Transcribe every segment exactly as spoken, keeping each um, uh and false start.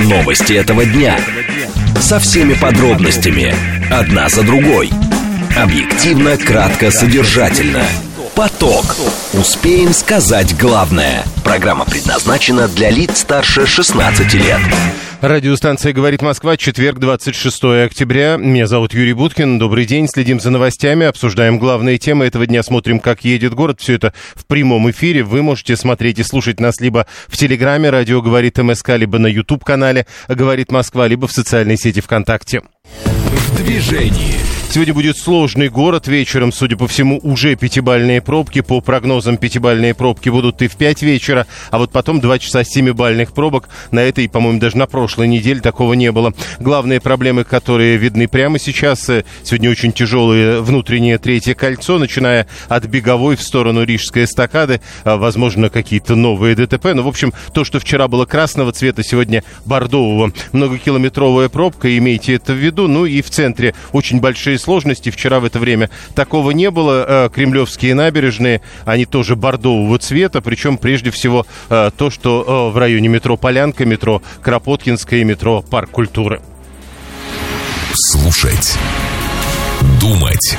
Новости этого дня. Со всеми подробностями. Одна за другой. Объективно, кратко, содержательно. Поток. Успеем сказать главное. Программа предназначена для лиц старше шестнадцати лет. Радиостанция «Говорит Москва», четверг, двадцать шестое октября. Меня зовут Юрий Буткин. Добрый день. Следим за новостями, обсуждаем главные темы этого дня, смотрим, как едет город. Все это в прямом эфире. Вы можете смотреть и слушать нас либо в Телеграме «Радио говорит МСК», либо на YouTube-канале «Говорит Москва», либо в социальной сети ВКонтакте. В движении. Сегодня будет сложный город. Вечером, судя по всему, уже пятибалльные пробки. По прогнозам, пятибалльные пробки будут и в пять вечера. А вот потом два часа семибалльных пробок. На этой, по-моему, даже на прошлой неделе такого не было. Главные проблемы, которые видны прямо сейчас. Сегодня очень тяжелое внутреннее третье кольцо, начиная от Беговой в сторону Рижской эстакады. Возможно, какие-то новые ДТП. Но, в общем, то, что вчера было красного цвета, сегодня бордового. Многокилометровая пробка, имейте это в виду. Ну и в центре очень большие сложности. Вчера в это время такого не было. Кремлевские набережные, они тоже бордового цвета. Причем, прежде всего, то, что в районе метро Полянка, метро Кропоткинская и метро Парк культуры. Слушать. Думать.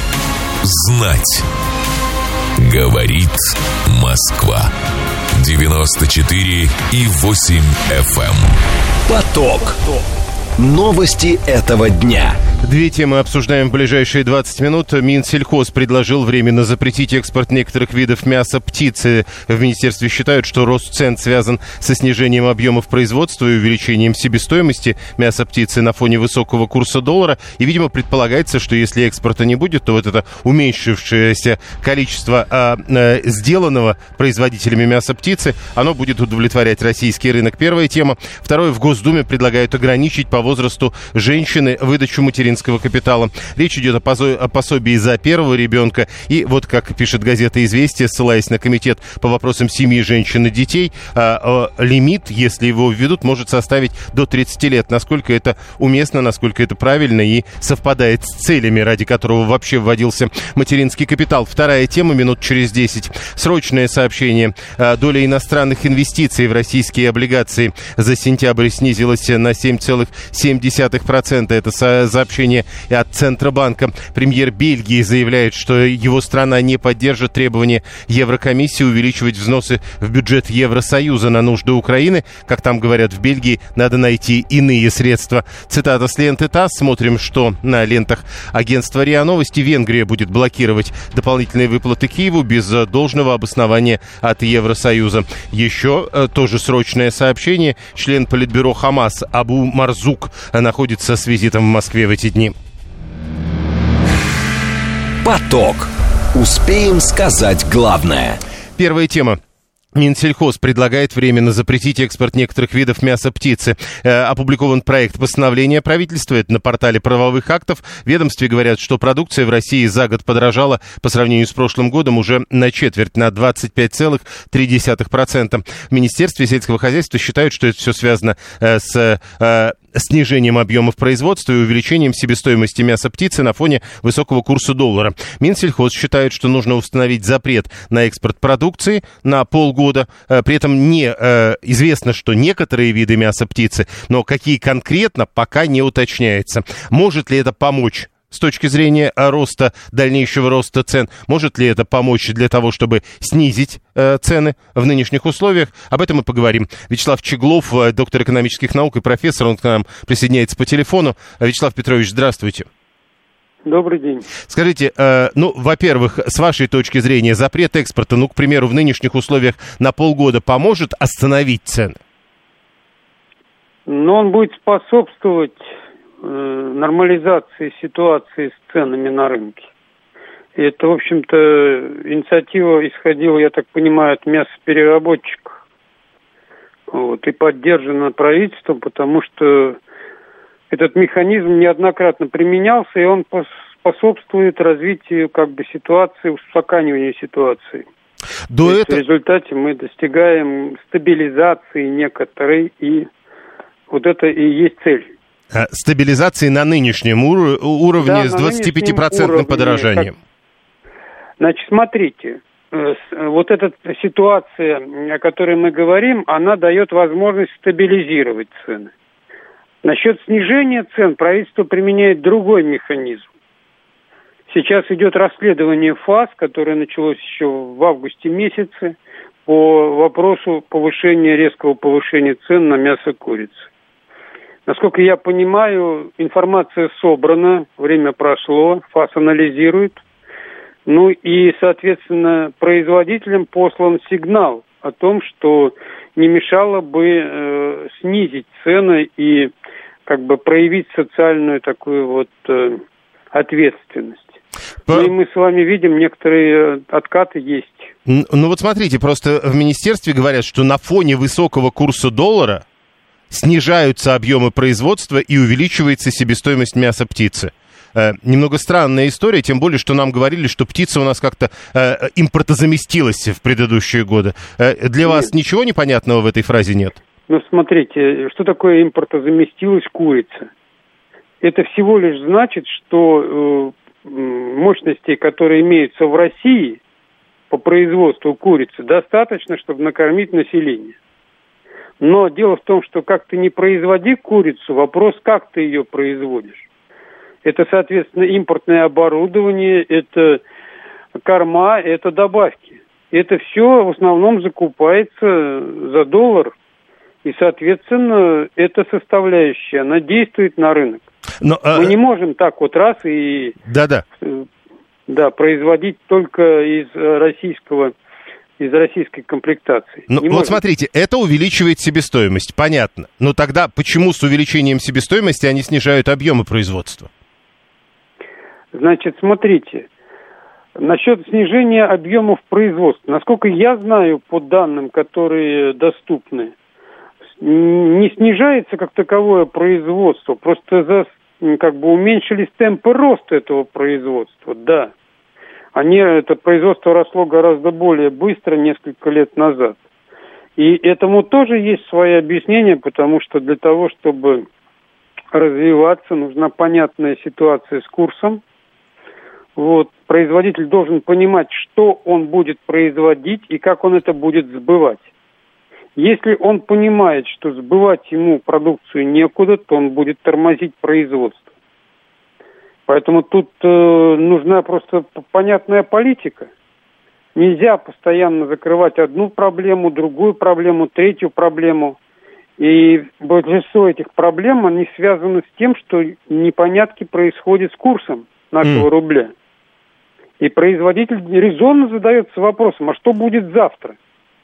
Знать. Говорит Москва. девяносто четыре и восемь эф эм. Поток. Новости этого дня. Две темы обсуждаем в ближайшие двадцать минут. Минсельхоз предложил временно запретить экспорт некоторых видов мяса птицы. В министерстве считают, что рост цен связан со снижением объемов производства и увеличением себестоимости мяса птицы на фоне высокого курса доллара. И, видимо, предполагается, что если экспорта не будет, то вот это уменьшившееся количество а, а, сделанного производителями мяса птицы, оно будет удовлетворять российский рынок. Первая тема. Второе. В Госдуме предлагают ограничить по возрасту женщины выдачу материнского капитала. Речь идет о, позо- о пособии за первого ребенка. И вот, как пишет газета «Известия», ссылаясь на комитет по вопросам семьи, женщин и детей, а, а, лимит, если его введут, может составить до тридцати лет. Насколько это уместно, насколько это правильно и совпадает с целями, ради которого вообще вводился материнский капитал. Вторая тема, минут через десять. Срочное сообщение. А, доля иностранных инвестиций в российские облигации за сентябрь снизилась на семь целых семь десятых процента. Это сообщение от Центробанка. Премьер Бельгии заявляет, что его страна не поддержит требования Еврокомиссии увеличивать взносы в бюджет Евросоюза на нужды Украины. Как там говорят в Бельгии, надо найти иные средства. Цитата с ленты ТАСС. Смотрим, что на лентах агентства РИА Новости. Венгрия будет блокировать дополнительные выплаты Киеву без должного обоснования от Евросоюза. Еще тоже срочное сообщение. Член Политбюро Хамас Абу Марзук находится с визитом в Москве в эти дни. Поток. Успеем сказать главное. Первая тема. Минсельхоз предлагает временно запретить экспорт некоторых видов мяса птицы. Э, опубликован проект постановления правительства. Это на портале правовых актов. В ведомстве говорят, что продукция в России за год подорожала по сравнению с прошлым годом уже на четверть, на двадцать пять целых три десятых процента. В Министерстве сельского хозяйства считают, что это все связано э, с... Э, снижением объемов производства и увеличением себестоимости мяса птицы на фоне высокого курса доллара. Минсельхоз считает, что нужно установить запрет на экспорт продукции на полгода. При этом не э, известно, что некоторые виды мяса птицы, но какие конкретно, пока не уточняется. Может ли это помочь с точки зрения роста, дальнейшего роста цен? Может ли это помочь для того, чтобы снизить э, цены в нынешних условиях? Об этом мы поговорим. Вячеслав Чеглов, э, доктор экономических наук и профессор, он к нам присоединяется по телефону. Вячеслав Петрович, здравствуйте. Добрый день. Скажите, э, ну, во-первых, с вашей точки зрения, запрет экспорта, ну, к примеру, в нынешних условиях на полгода поможет остановить цены? Но он будет способствовать нормализации ситуации с ценами на рынке. И это, в общем-то, инициатива исходила, я так понимаю, от мясопереработчиков. Вот, и поддержана правительством, потому что этот механизм неоднократно применялся, и он способствует развитию как бы ситуации, устаканиванию ситуации. До То этого... есть в результате мы достигаем стабилизации некоторой, и вот это и есть цель. Стабилизации на нынешнем ур- уровне, да, с двадцатипятипроцентным подорожанием. Как... Значит, смотрите, вот эта ситуация, о которой мы говорим, она дает возможность стабилизировать цены. Насчет снижения цен правительство применяет другой механизм. Сейчас идет расследование ФАС, которое началось еще в августе месяце, по вопросу повышения, резкого повышения цен на мясо курицы. Насколько я понимаю, информация собрана, время прошло, ФАС анализирует. Ну и, соответственно, производителям послан сигнал о том, что не мешало бы э, снизить цены и как бы проявить социальную такую вот э, ответственность. По... Ну и мы с вами видим, некоторые откаты есть. Ну вот смотрите, просто в министерстве говорят, что на фоне высокого курса доллара снижаются объемы производства и увеличивается себестоимость мяса птицы. Э, немного странная история, тем более, что нам говорили, что птица у нас как-то э, импортозаместилась в предыдущие годы. Э, для нет. вас ничего непонятного в этой фразе нет? Ну смотрите, что такое импортозаместилась курица? Это всего лишь значит, что э, мощностей, которые имеются в России по производству курицы, достаточно, чтобы накормить население. Но дело в том, что как ты не производи курицу, вопрос, как ты ее производишь. Это, соответственно, импортное оборудование, это корма, это добавки. Это все в основном закупается за доллар. И, соответственно, эта составляющая, она действует на рынок. Но, а... Мы не можем так вот раз и Да-да. Да, производить только из российского, из российской комплектации. Ну, вот можем. Смотрите, это увеличивает себестоимость, понятно. Но тогда почему с увеличением себестоимости они снижают объемы производства? Значит, смотрите, насчет снижения объемов производства. Насколько я знаю, по данным, которые доступны, не снижается как таковое производство, просто за, как бы уменьшились темпы роста этого производства, да. Они, это производство росло гораздо более быстро несколько лет назад. И этому тоже есть свои объяснения, потому что для того, чтобы развиваться, нужна понятная ситуация с курсом. Вот. Производитель должен понимать, что он будет производить и как он это будет сбывать. Если он понимает, что сбывать ему продукцию некуда, то он будет тормозить производство. Поэтому тут э, нужна просто понятная политика. Нельзя постоянно закрывать одну проблему, другую проблему, третью проблему. И большинство этих проблем, они связаны с тем, что непонятки происходят с курсом нашего mm. рубля. И производитель резонно задается вопросом, а что будет завтра?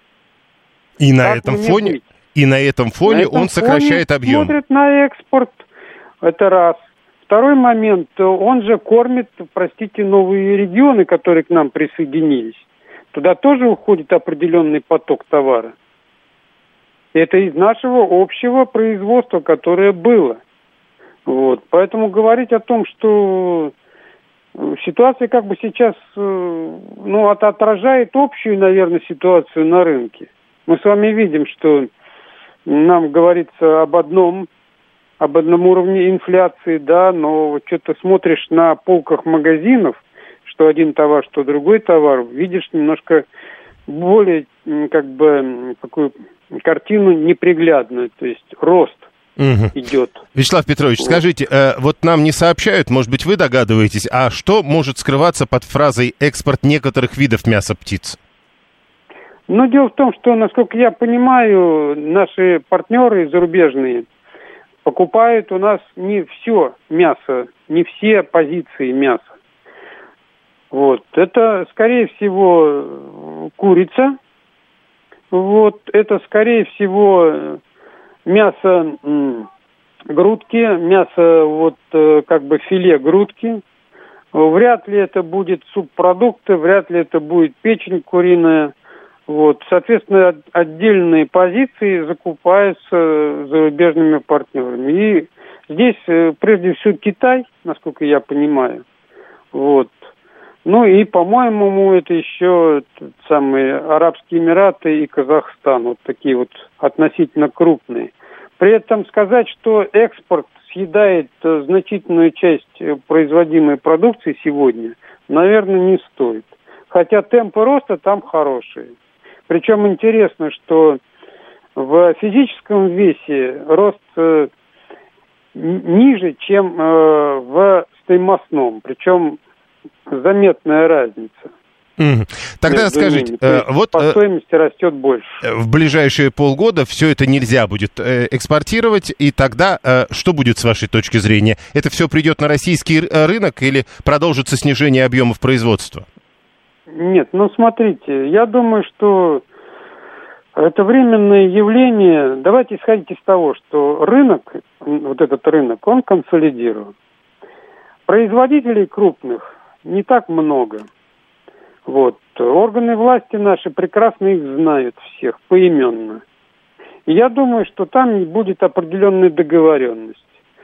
И на этом фоне, и на этом фоне на этом он сокращает фоне объем. Смотрит на экспорт, это раз. Второй момент, он же кормит, простите, новые регионы, которые к нам присоединились. Туда тоже уходит определенный поток товара. Это из нашего общего производства, которое было. Вот. Поэтому говорить о том, что ситуация как бы сейчас ну, отражает общую, наверное, ситуацию на рынке. Мы с вами видим, что нам говорится об одном, об одном уровне инфляции, да, но вот что-то смотришь на полках магазинов, что один товар, что другой товар, видишь немножко более, как бы, такую картину неприглядную, то есть рост угу. идет. Вячеслав Петрович, вот. Скажите, э, вот нам не сообщают, может быть, вы догадываетесь, а что может скрываться под фразой «экспорт некоторых видов мяса птиц»? Ну, дело в том, что, насколько я понимаю, наши партнеры зарубежные покупают у нас не все мясо, не все позиции мяса. Вот. Это, скорее всего, курица. Вот. Это, скорее всего, мясо м, грудки, мясо, вот, как бы филе грудки. Вряд ли это будет субпродукты, вряд ли это будет печень куриная. Вот, соответственно, отдельные позиции закупаются зарубежными партнерами. И здесь, прежде всего, Китай, насколько я понимаю. Вот. Ну и, по-моему, это еще самые Арабские Эмираты и Казахстан. Вот такие вот относительно крупные. При этом сказать, что экспорт съедает значительную часть производимой продукции сегодня, наверное, не стоит. Хотя темпы роста там хорошие. Причем интересно, что в физическом весе рост э, ниже, чем э, в стоимостном. Причем заметная разница. Mm. Тогда скажите, э, вот по стоимости э, растет больше. В ближайшие полгода все это нельзя будет э, экспортировать, и тогда э, что будет с вашей точки зрения? Это все придет на российский рынок или продолжится снижение объемов производства? Нет, ну смотрите, я думаю, что это временное явление. Давайте исходить из того, что рынок, вот этот рынок, он консолидирован. Производителей крупных не так много. Вот. Органы власти наши прекрасно их знают всех поименно. И я думаю, что там будет определенная договоренность.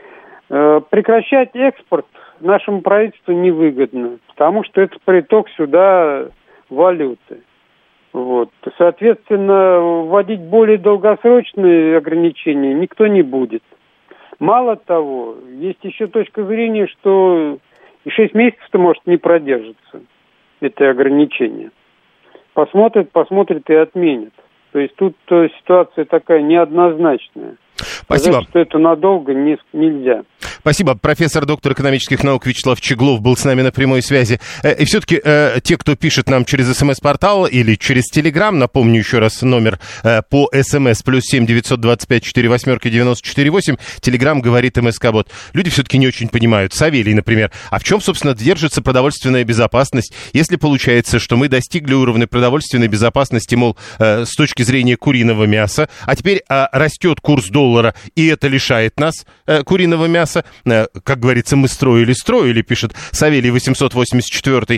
Э, прекращать экспорт нашему правительству невыгодно, потому что это приток сюда валюты. Вот. Соответственно, вводить более долгосрочные ограничения никто не будет. Мало того, есть еще точка зрения, что и шесть месяцев-то может не продержится. Это ограничение. Посмотрят, посмотрят и отменят. То есть тут э, ситуация такая неоднозначная. Спасибо. Сказать, что это надолго не, нельзя. Спасибо. Профессор, доктор экономических наук Вячеслав Чеглов был с нами на прямой связи. И все-таки э, те, кто пишет нам через СМС-портал или через Телеграм, напомню еще раз номер э, по СМС плюс семь девятьсот двадцать пять четыре восьмерки девяносто четыре восемь. Телеграм говорит МСК-бот. Люди все-таки не очень понимают. Савелий, например. А в чем, собственно, держится продовольственная безопасность? Если получается, что мы достигли уровня продовольственной безопасности, мол, э, с точки зрения куриного мяса, а теперь э, растет курс доллара, и это лишает нас э, куриного мяса, как говорится, мы строили-строили, пишет Савелий восемьсот восемьдесят четыре.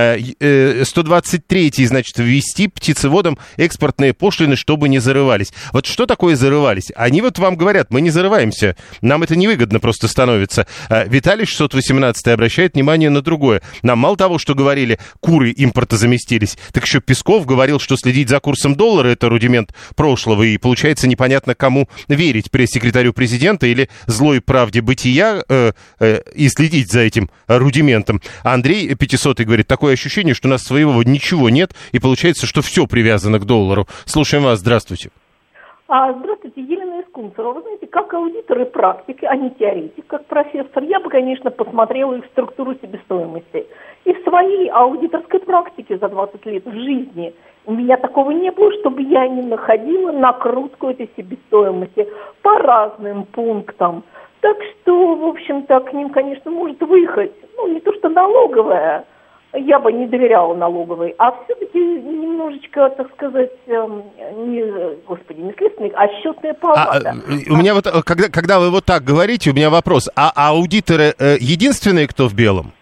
сто двадцать три, значит, ввести птицеводам экспортные пошлины, чтобы не зарывались. Вот что такое зарывались? Они вот вам говорят, мы не зарываемся, нам это невыгодно просто становится. Виталий шестьсот восемнадцать обращает внимание на другое. Нам мало того, что говорили, куры импорта заместились, так еще Песков говорил, что следить за курсом доллара — это рудимент прошлого, и получается непонятно, кому верить, пресс-секретарю президента или злой правде бытия, Э, э, и следить за этим рудиментом. Андрей пятисотый говорит, такое ощущение, что у нас своего ничего нет, и получается, что все привязано к доллару. Слушаем вас, здравствуйте. А, здравствуйте, Елена Искунцева. Вы знаете, как аудитор и практик, а не теоретик, как профессор, я бы, конечно, посмотрела их структуру себестоимости. И в своей аудиторской практике за двадцать лет в жизни у меня такого не было, чтобы я не находила накрутку этой себестоимости по разным пунктам. Так что, в общем-то, к ним, конечно, может выехать, ну, не то что налоговая, я бы не доверяла налоговой, а все-таки немножечко, так сказать, не, господи, не следственный, а счетная палата. А, у меня вот, когда, когда вы вот так говорите, у меня вопрос, а аудиторы э, единственные, кто в белом?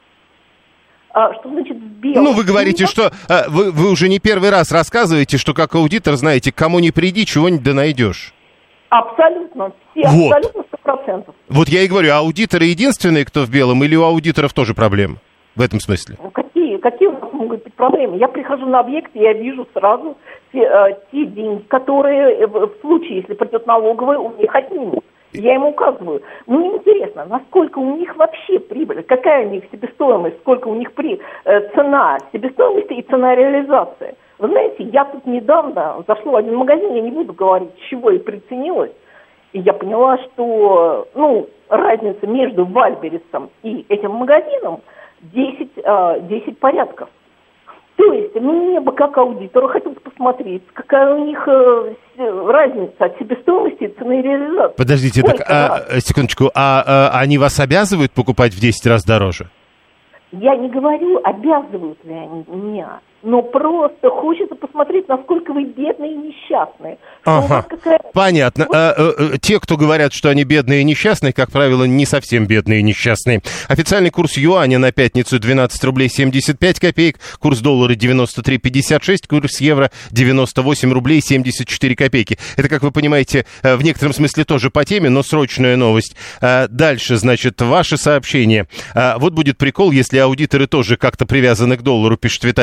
А, что значит в белом? Ну, вы говорите, что э, вы, вы уже не первый раз рассказываете, что как аудитор, знаете, к кому не приди, чего-нибудь да найдешь. Абсолютно, все, вот. Абсолютно сто процентов. Вот я и говорю, аудиторы единственные, кто в белом, или у аудиторов тоже проблемы в этом смысле? Ну, какие, какие у нас могут быть проблемы? Я прихожу на объект, и я вижу сразу те, э, те деньги, которые в случае, если придет налоговая, у них отнимут. Я ему указываю. Мне интересно, насколько у них вообще прибыль, какая у них себестоимость, сколько у них при, э, цена себестоимости и цена реализации. Вы знаете, я тут недавно зашла в один магазин, я не буду говорить, с чего я приценилась, и я поняла, что, ну, разница между Вальбересом и этим магазином десять, десять порядков. То есть мне бы как аудитору хотелось посмотреть, какая у них э, разница от себестоимости и цены реализации. Подождите, так, а, секундочку, а, а они вас обязывают покупать в десять раз дороже? Я не говорю, обязывают ли они меня, но просто хочется посмотреть, насколько вы бедные и несчастные. Ага, понятно. Вот. А, а, те, кто говорят, что они бедные и несчастные, как правило, не совсем бедные и несчастные. Официальный курс юаня на пятницу двенадцать рублей семьдесят пять копеек, курс доллара девяносто три пятьдесят шесть, курс евро девяносто восемь рублей семьдесят четыре копейки. Это, как вы понимаете, в некотором смысле тоже по теме, но срочная новость. А дальше, значит, ваше сообщение. А вот будет прикол, если аудиторы тоже как-то привязаны к доллару, пишет Виталий шестьсот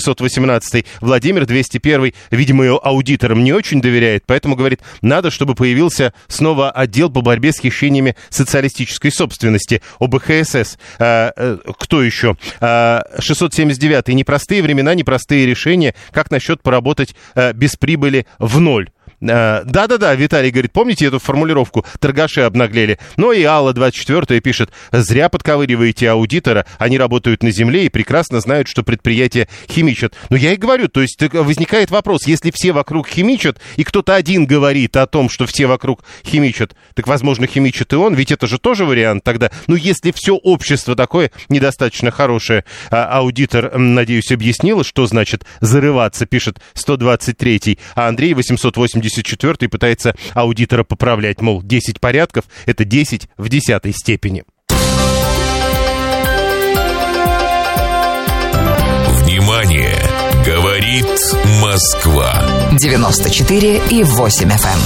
шестьсот восемнадцатый. Владимир, двести первый, видимо, аудиторам не очень доверяет, поэтому говорит, надо, чтобы появился снова отдел по борьбе с хищениями социалистической собственности, о бэ ха эс эс. А, а, кто еще? А, шестьсот семьдесят девятый. Непростые времена, непростые решения. Как насчет поработать а, без прибыли в ноль? Да-да-да, Виталий говорит, помните эту формулировку? Торгаши обнаглели. Ну и Алла двадцать четвёртая пишет, зря подковыриваете аудитора, они работают на земле и прекрасно знают, что предприятия химичат. Но я и говорю, то есть возникает вопрос, если все вокруг химичат, и кто-то один говорит о том, что все вокруг химичат, так, возможно, химичит и он, ведь это же тоже вариант тогда. Ну, если все общество такое недостаточно хорошее, а аудитор, надеюсь, объяснила, что значит зарываться, пишет сто двадцать третий, а Андрей восемьсот восемьдесят четвёртый пытается аудитора поправлять, мол, десять порядков — это десять в десятой степени. Внимание! Говорит Москва. девяносто четыре и восемь эф эм.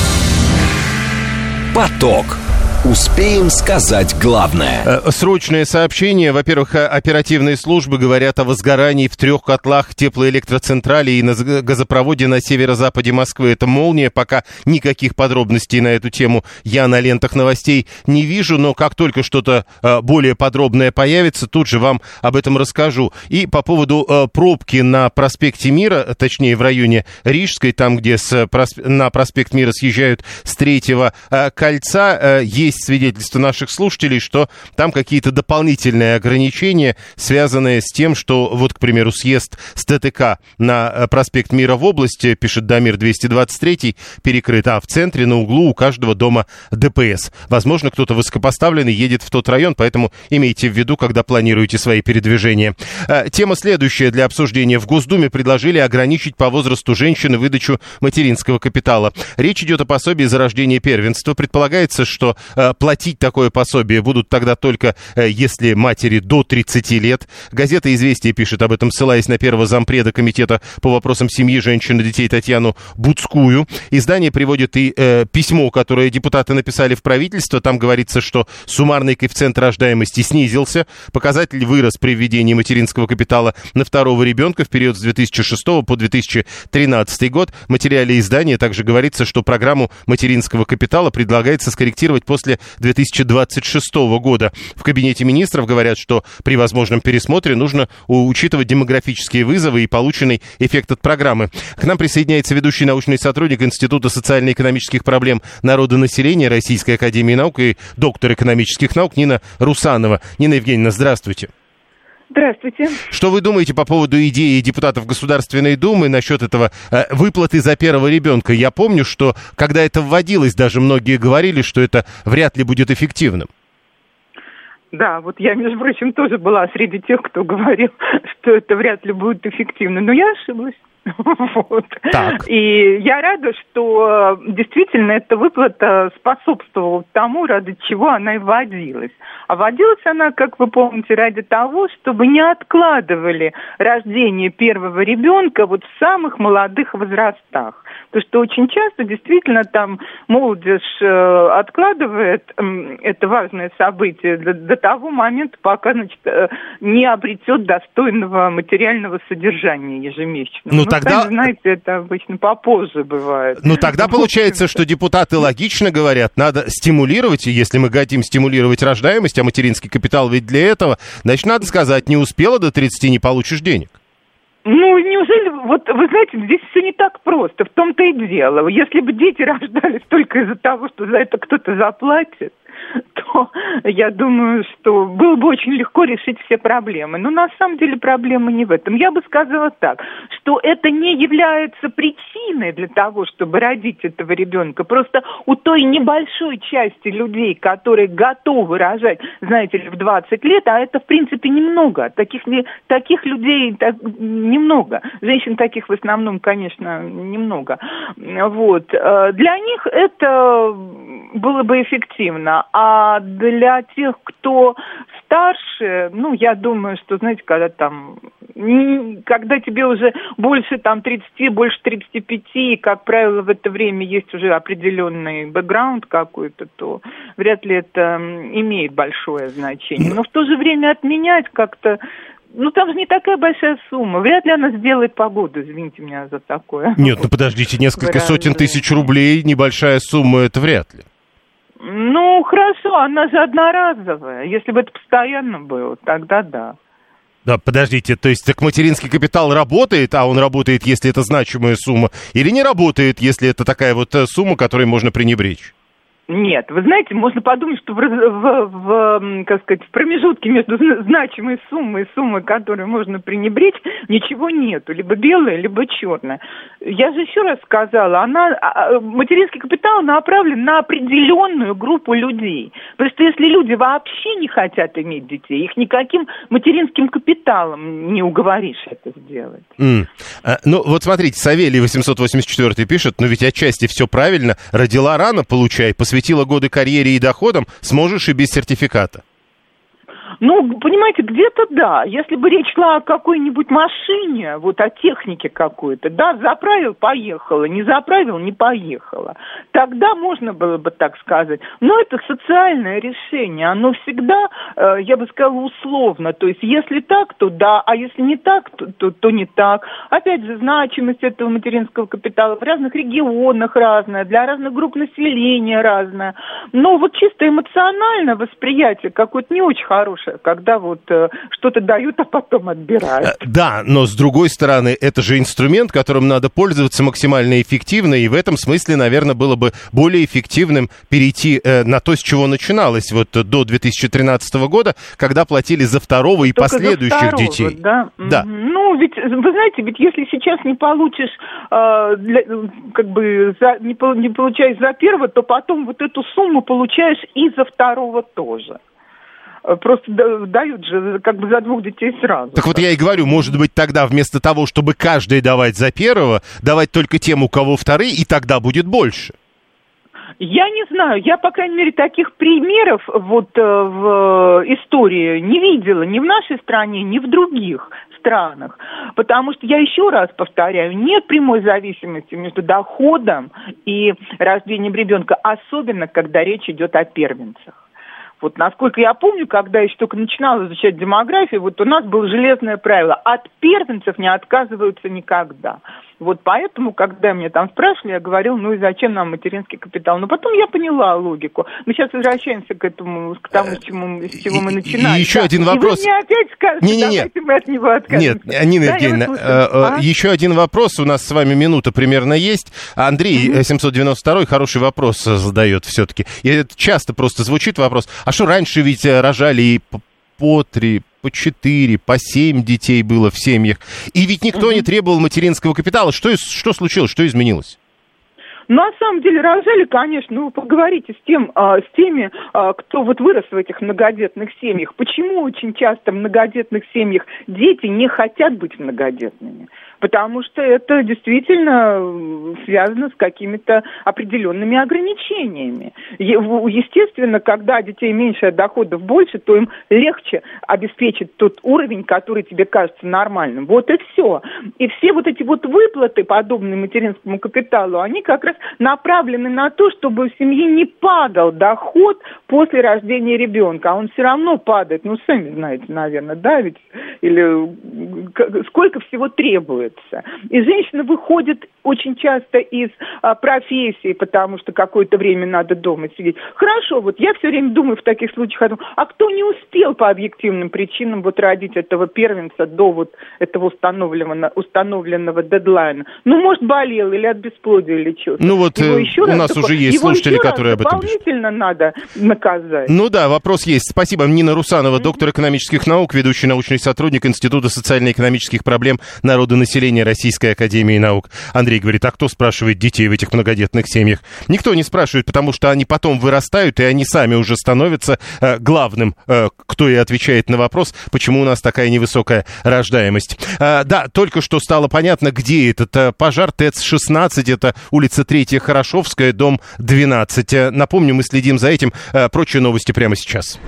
Поток. Успеем сказать главное. Срочное сообщение. Во-первых, оперативные службы говорят о возгорании в трех котлах теплоэлектроцентрали и на газопроводе на северо-западе Москвы. Это молния. Пока никаких подробностей на эту тему я на лентах новостей не вижу, но как только что-то более подробное появится, тут же вам об этом расскажу. И по поводу пробки на проспекте Мира, точнее в районе Рижской, там, где с, на проспект Мира съезжают с третьего кольца, есть свидетельство наших слушателей, что там какие-то дополнительные ограничения, связанные с тем, что, вот, к примеру, съезд с тэ тэ ка на проспект Мира в области, пишет Дамир двести двадцать три, перекрыт, а в центре на углу у каждого дома дэ пэ эс. Возможно, кто-то высокопоставленный едет в тот район, поэтому имейте в виду, когда планируете свои передвижения. Тема следующая для обсуждения. В Госдуме предложили ограничить по возрасту женщины выдачу материнского капитала. Речь идет о пособии за рождение первенства. Предполагается, что платить такое пособие будут тогда только, если матери до тридцати лет. Газета «Известия» пишет об этом, ссылаясь на первого зампреда комитета по вопросам семьи, женщин и детей Татьяну Буцкую. Издание приводит и э, письмо, которое депутаты написали в правительство. Там говорится, что суммарный коэффициент рождаемости снизился. Показатель вырос при введении материнского капитала на второго ребенка в период с две тысячи шестого по две тысячи тринадцатый год. В материале издания также говорится, что программу материнского капитала предлагается скорректировать после две тысячи двадцать шестого года. В Кабинете министров говорят, что при возможном пересмотре нужно учитывать демографические вызовы и полученный эффект от программы. К нам присоединяется ведущий научный сотрудник Института социально-экономических проблем народонаселения Российской академии наук и доктор экономических наук Нина Русанова. Нина Евгеньевна, здравствуйте. Здравствуйте. Что вы думаете по поводу идеи депутатов Государственной Думы насчет этого э, выплаты за первого ребенка? Я помню, что когда это вводилось, даже многие говорили, что это вряд ли будет эффективным. Да, вот я, между прочим, тоже была среди тех, кто говорил, что это вряд ли будет эффективно, но я ошиблась. Вот. Так. И я рада, что действительно эта выплата способствовала тому, ради чего она и вводилась. А вводилась она, как вы помните, ради того, чтобы не откладывали рождение первого ребенка вот в самых молодых возрастах. Потому что очень часто действительно там молодежь э, откладывает э, это важное событие до, до того момента, пока, значит, э, не обретет достойного материального содержания ежемесячного. Ну, тогда... Сами знаете, это обычно попозже бывает. Ну, тогда получается, что депутаты логично говорят, надо стимулировать, и если мы хотим стимулировать рождаемость, а материнский капитал ведь для этого, значит, надо сказать, не успела до тридцати, не получишь денег. Ну, неужели, вот, вы знаете, здесь все не так просто, в том-то и дело. Если бы дети рождались только из-за того, что за это кто-то заплатит, то я думаю, что было бы очень легко решить все проблемы. Но на самом деле проблема не в этом. Я бы сказала так, что это не является причиной для того, чтобы родить этого ребенка. Просто у той небольшой части людей, которые готовы рожать, знаете ли, в двадцать лет, а это, в принципе, немного. Таких, таких людей так, немного. Женщин таких в основном, конечно, немного. Вот. Для них это было бы эффективно. А для тех, кто старше, ну, я думаю, что, знаете, когда там, когда тебе уже больше там тридцати, больше тридцати пяти, как правило, в это время есть уже определенный бэкграунд какой-то, то вряд ли это имеет большое значение. Но в то же время отменять как-то Ну, там же не такая большая сумма. Вряд ли она сделает погоду, извините меня за такое. Нет, ну подождите, несколько сотен тысяч рублей, небольшая сумма, это вряд ли. Ну, хорошо, она же одноразовая. Если бы это постоянно было, тогда да. Да, подождите, то есть так материнский капитал работает, а он работает, если это значимая сумма, или не работает, если это такая вот сумма, которой можно пренебречь? Нет, вы знаете, можно подумать, что в, в, в, как сказать, в промежутке между значимой суммой и суммой, которую можно пренебречь, ничего нету, либо белое, либо черное. Я же еще раз сказала, она, материнский капитал направлен на определенную группу людей. Потому что если люди вообще не хотят иметь детей, их никаким материнским капиталом не уговоришь это сделать. Mm. А, ну, вот смотрите, Савелий восемьсот восемьдесят четыре пишет, ну ведь отчасти все правильно, родила рано, получай, посвятила годы карьере и доходам, сможешь и без сертификата. Ну, понимаете, где-то да. Если бы речь шла о какой-нибудь машине, вот о технике какой-то, да, заправил, поехала, не заправил, не поехала. Тогда можно было бы так сказать. Но это социальное решение. Оно всегда, э, я бы сказала, условно. То есть, если так, то да, а если не так, то, то, то не так. Опять же, значимость этого материнского капитала в разных регионах разная, для разных групп населения разная. Но вот чисто эмоциональное восприятие какое-то не очень хорошее, когда вот э, что-то дают, а потом отбирают. Да, но с другой стороны, это же инструмент, которым надо пользоваться максимально эффективно, и в этом смысле, наверное, было бы более эффективным перейти э, на то, с чего начиналось вот до две тысячи тринадцатого года, когда платили за второго и Только последующих второго, детей. Да? Да. Ну, ведь, вы знаете, ведь если сейчас не получишь, э, для, как бы, за, не, не получаешь за первого, то потом вот эту сумму получаешь и за второго тоже. Просто дают же как бы за двух детей сразу. Так вот я и говорю, может быть, тогда вместо того, чтобы каждый давать за первого, давать только тем, у кого вторые, и тогда будет больше. Я не знаю, я, по крайней мере, таких примеров вот э, в истории не видела ни в нашей стране, ни в других странах. Потому что, я еще раз повторяю, нет прямой зависимости между доходом и рождением ребенка, особенно когда речь идет о первенцах. Вот насколько я помню, когда я еще только начинала изучать демографию, вот у нас было железное правило: от первенцев не отказываются никогда. Вот поэтому, когда меня там спрашивали, я говорила, ну и зачем нам материнский капитал? Но потом я поняла логику. Мы сейчас возвращаемся к этому, к тому, с, чему, с чего мы начинали. И еще да. один вопрос. И вы мне опять скажете, не, не, не. давайте мы от него откажемся. Нет, Нина да, Евгеньевна, а? еще один вопрос. У нас с вами минута примерно есть. Андрей, mm-hmm. семьсот девяносто второй, хороший вопрос задает все-таки. И это часто просто звучит вопрос. А что, раньше ведь рожали и по три, по четыре, по семь детей было в семьях. И ведь никто mm-hmm. не требовал материнского капитала. Что, что случилось, что изменилось? Ну, на самом деле, рожали, конечно, ну, поговорите с, тем, а, с теми, а, кто вот вырос в этих многодетных семьях. Почему очень часто в многодетных семьях дети не хотят быть многодетными? Потому что это действительно связано с какими-то определенными ограничениями. Естественно, когда детей меньше, а доходов больше, то им легче обеспечить тот уровень, который тебе кажется нормальным. Вот и все. И все вот эти вот выплаты, подобные материнскому капиталу, они как раз направлены на то, чтобы у семьи не падал доход после рождения ребенка. А он все равно падает. Ну, сами знаете, наверное, да, ведь? Или сколько всего требует. И женщина выходит очень часто из а, профессии, потому что какое-то время надо дома сидеть. Хорошо, вот я все время думаю в таких случаях о том, а кто не успел по объективным причинам вот родить этого первенца до вот этого установленного, установленного дедлайна? Ну, может, болел или от бесплодия или чего-то. Ну вот его еще у нас такой, уже есть слушатели, которые об этом пишут. Дополнительно надо наказать. Ну да, вопрос есть. Спасибо. Нина Русанова, mm-hmm. доктор экономических наук, ведущий научный сотрудник Института социально-экономических проблем народонаселения Российской академии наук. Андрей говорит, а кто спрашивает детей в этих многодетных семьях? Никто не спрашивает, потому что они потом вырастают, и они сами уже становятся э, главным, э, кто и отвечает на вопрос, почему у нас такая невысокая рождаемость. Э, да, только что стало понятно, где этот э, пожар. ТЭЦ шестнадцать, это улица третья Хорошовская, дом двенадцать. Э, напомню, мы следим за этим. Э, прочие новости прямо сейчас.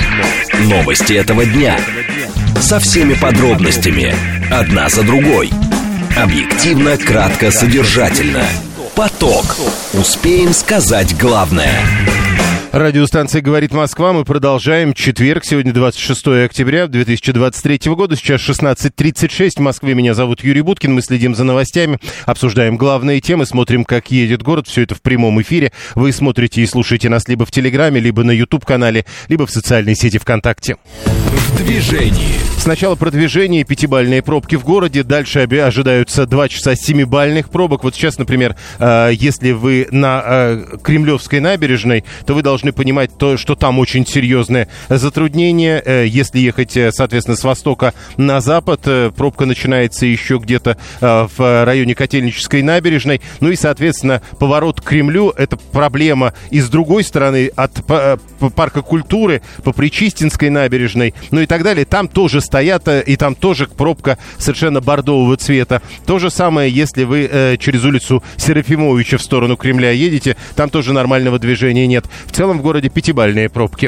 Новости этого дня. Со всеми подробностями. Одна за другой. Объективно, кратко, содержательно. Поток. Успеем сказать главное. Радиостанция «Говорит Москва». Мы продолжаем. Четверг, сегодня двадцать шестое октября две тысячи двадцать третьего года. Сейчас шестнадцать тридцать шесть в Москве. Меня зовут Юрий Буткин. Мы следим за новостями, обсуждаем главные темы, смотрим, как едет город. Все это в прямом эфире. Вы смотрите и слушаете нас либо в Телеграме, либо на YouTube-канале, либо в социальной сети ВКонтакте. В движении. Сначала про движение, пятибалльные пробки в городе. Дальше ожидаются два часа семибалльных пробок. Вот сейчас, например, если вы на Кремлевской набережной, то вы должны понимать, то, что там очень серьезное затруднение. Если ехать, соответственно, с востока на запад, пробка начинается еще где-то в районе Котельнической набережной. Ну и, соответственно, поворот к Кремлю — это проблема и с другой стороны, от парка культуры по Причистинской набережной, ну и так далее. Там тоже стоят, и там тоже пробка совершенно бордового цвета. То же самое, если вы э, через улицу Серафимовича в сторону Кремля едете, там тоже нормального движения нет. В целом в городе пятибалльные пробки.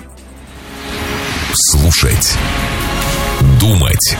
Слушать, думать,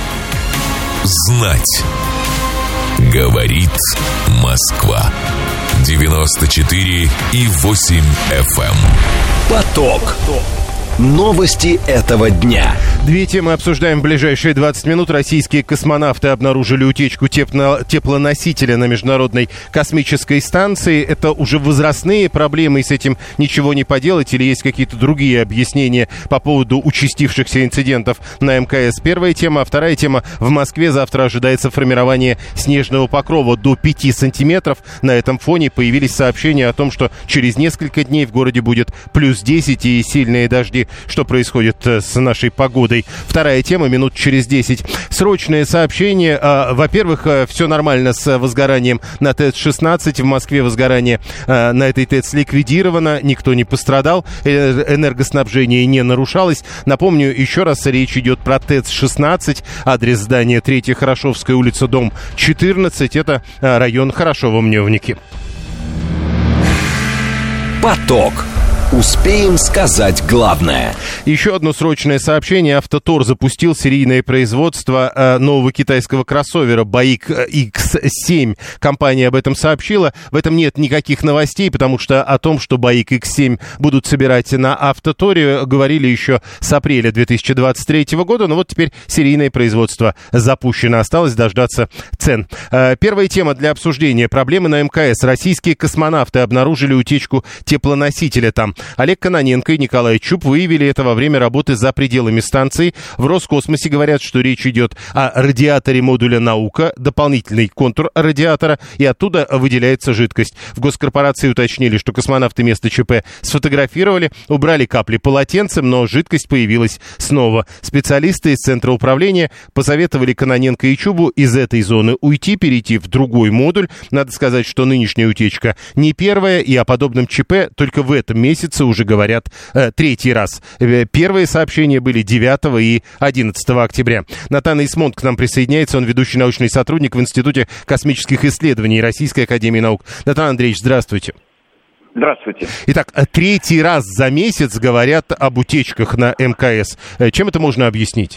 знать. Говорит Москва. девяносто четыре и восемь эф эм. Поток. Новости этого дня. Две темы обсуждаем в ближайшие двадцать минут. Российские космонавты обнаружили утечку тепло- теплоносителя на Международной космической станции. Это уже возрастные проблемы, и с этим ничего не поделать, или есть какие-то другие объяснения по поводу участившихся инцидентов на эм ка эс? Первая тема. А вторая тема. В Москве завтра ожидается формирование снежного покрова до пяти сантиметров. На этом фоне появились сообщения о том, что через несколько дней в городе будет плюс десять и сильные дожди. Что происходит с нашей погодой? Вторая тема, минут через десять. Срочное сообщение. Во-первых, все нормально с возгоранием на ТЭЦ шестнадцать. В Москве возгорание на этой ТЭЦ ликвидировано. Никто не пострадал. Энергоснабжение не нарушалось. Напомню еще раз, речь идет про ТЭЦ шестнадцать. Адрес здания третья Хорошевская улица, дом четырнадцать. Это район Хорошово-Мневники. Поток. Успеем сказать главное. Еще одно срочное сообщение. Автотор запустил серийное производство э, нового китайского кроссовера Баик икс семь. Компания об этом сообщила. В этом нет никаких новостей, потому что о том, что Баик икс семь будут собирать на Автоторе, говорили еще с апреля две тысячи двадцать третьего года. Но вот теперь серийное производство запущено. Осталось дождаться цен. Э, первая тема для обсуждения. Проблемы на эм ка эс. Российские космонавты обнаружили утечку теплоносителя там. Олег Кононенко и Николай Чуб выявили это во время работы за пределами станции. В Роскосмосе говорят, что речь идет о радиаторе модуля «Наука», дополнительный контур радиатора, и оттуда выделяется жидкость. В госкорпорации уточнили, что космонавты место ЧП сфотографировали, убрали капли полотенцем, но жидкость появилась снова. Специалисты из Центра управления посоветовали Кононенко и Чубу из этой зоны уйти, перейти в другой модуль. Надо сказать, что нынешняя утечка не первая, и о подобном ЧП только в этом месяце уже говорят э, третий раз. Первые сообщения были девятого и одиннадцатого октября. Натан Исмонт к нам присоединяется. Он ведущий научный сотрудник в Институте космических исследований Российской академии наук. Натан Андреевич, здравствуйте. Здравствуйте. Итак, третий раз за месяц говорят об утечках на эм ка эс. Чем это можно объяснить?